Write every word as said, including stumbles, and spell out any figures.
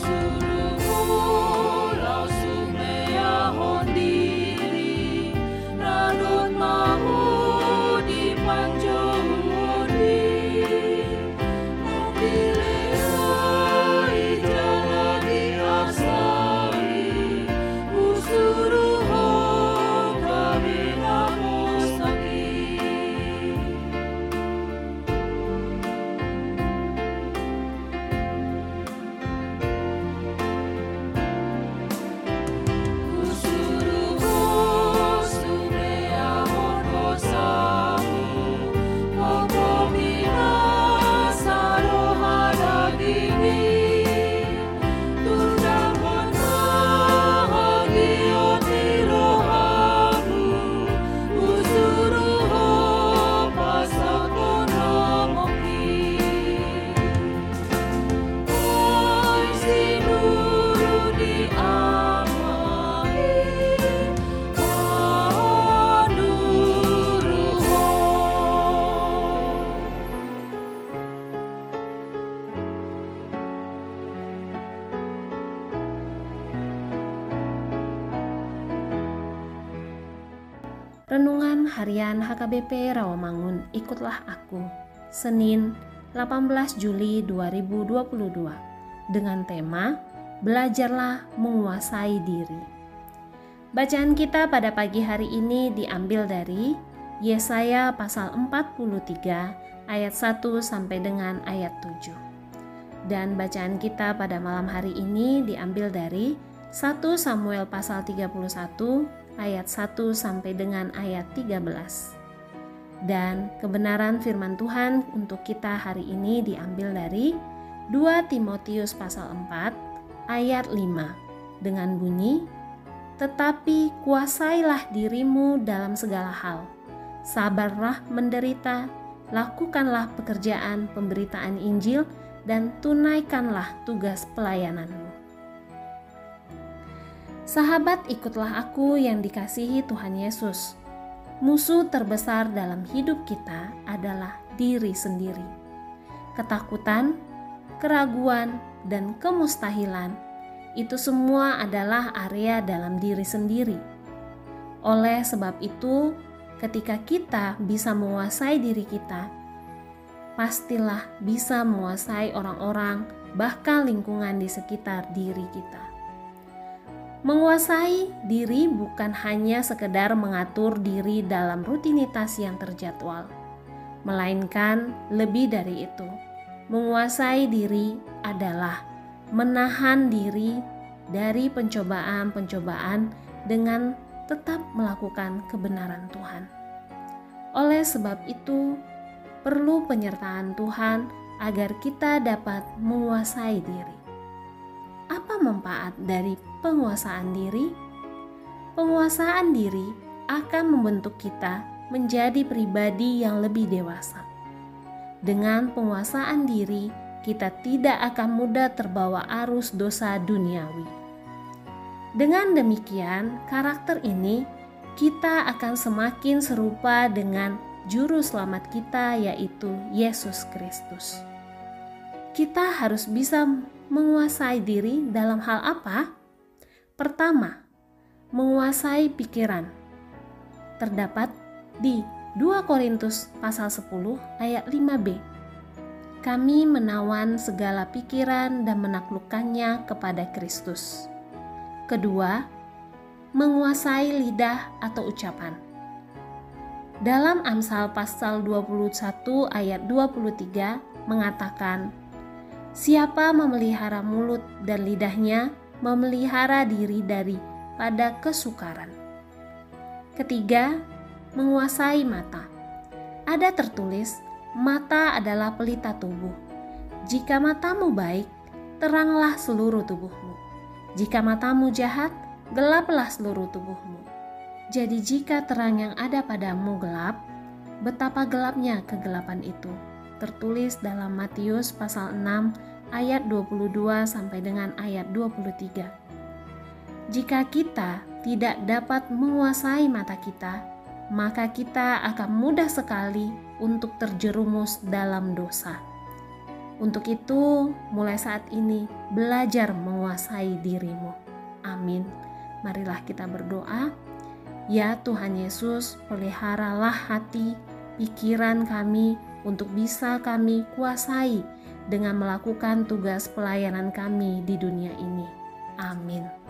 Renungan Harian H K B P Rawamangun, ikutlah aku. Senin, delapan belas Juli dua ribu dua puluh dua. Dengan tema Belajarlah Menguasai Diri. Bacaan kita pada pagi hari ini diambil dari Yesaya pasal empat puluh tiga ayat satu sampai dengan ayat tujuh. Dan bacaan kita pada malam hari ini diambil dari satu Samuel pasal tiga puluh satu ayat satu sampai dengan ayat tiga belas. Dan kebenaran firman Tuhan untuk kita hari ini diambil dari dua Timotius pasal empat ayat lima dengan bunyi, "Tetapi kuasailah dirimu dalam segala hal, sabarlah menderita, lakukanlah pekerjaan pemberitaan Injil, dan tunaikanlah tugas pelayananmu." Sahabat, ikutlah aku yang dikasihi Tuhan Yesus. Musuh terbesar dalam hidup kita adalah diri sendiri. Ketakutan, keraguan, dan kemustahilan itu semua adalah area dalam diri sendiri. Oleh sebab itu, ketika kita bisa menguasai diri kita, pastilah bisa menguasai orang-orang, bahkan lingkungan di sekitar diri kita. Menguasai diri bukan hanya sekedar mengatur diri dalam rutinitas yang terjadwal, melainkan lebih dari itu. Menguasai diri adalah menahan diri dari pencobaan-pencobaan dengan tetap melakukan kebenaran Tuhan. Oleh sebab itu, perlu penyertaan Tuhan agar kita dapat menguasai diri. Apa manfaat dari penguasaan diri? Penguasaan diri akan membentuk kita menjadi pribadi yang lebih dewasa. Dengan penguasaan diri, kita tidak akan mudah terbawa arus dosa duniawi. Dengan demikian, karakter ini kita akan semakin serupa dengan Juru Selamat kita, yaitu Yesus Kristus. Kita harus bisa menguasai diri dalam hal apa? Pertama, menguasai pikiran. Terdapat di dua Korintus pasal sepuluh ayat lima b. Kami menawan segala pikiran dan menaklukkannya kepada Kristus. Kedua, menguasai lidah atau ucapan. Dalam Amsal pasal dua puluh satu ayat dua puluh tiga mengatakan, "Siapa memelihara mulut dan lidahnya, memelihara diri daripada kesukaran." Ketiga, menguasai mata. Ada tertulis, mata adalah pelita tubuh. Jika matamu baik, teranglah seluruh tubuhmu. Jika matamu jahat, gelaplah seluruh tubuhmu. Jadi jika terang yang ada padamu gelap, betapa gelapnya kegelapan itu. Tertulis dalam Matius pasal enam ayat dua puluh dua sampai dengan ayat dua puluh tiga. Jika kita tidak dapat menguasai mata kita, maka kita akan mudah sekali untuk terjerumus dalam dosa. Untuk itu, mulai saat ini belajar menguasai dirimu. Amin. Marilah kita berdoa. Ya Tuhan Yesus, peliharalah hati, pikiran kami untuk bisa kami kuasai dengan melakukan tugas pelayanan kami di dunia ini. Amin.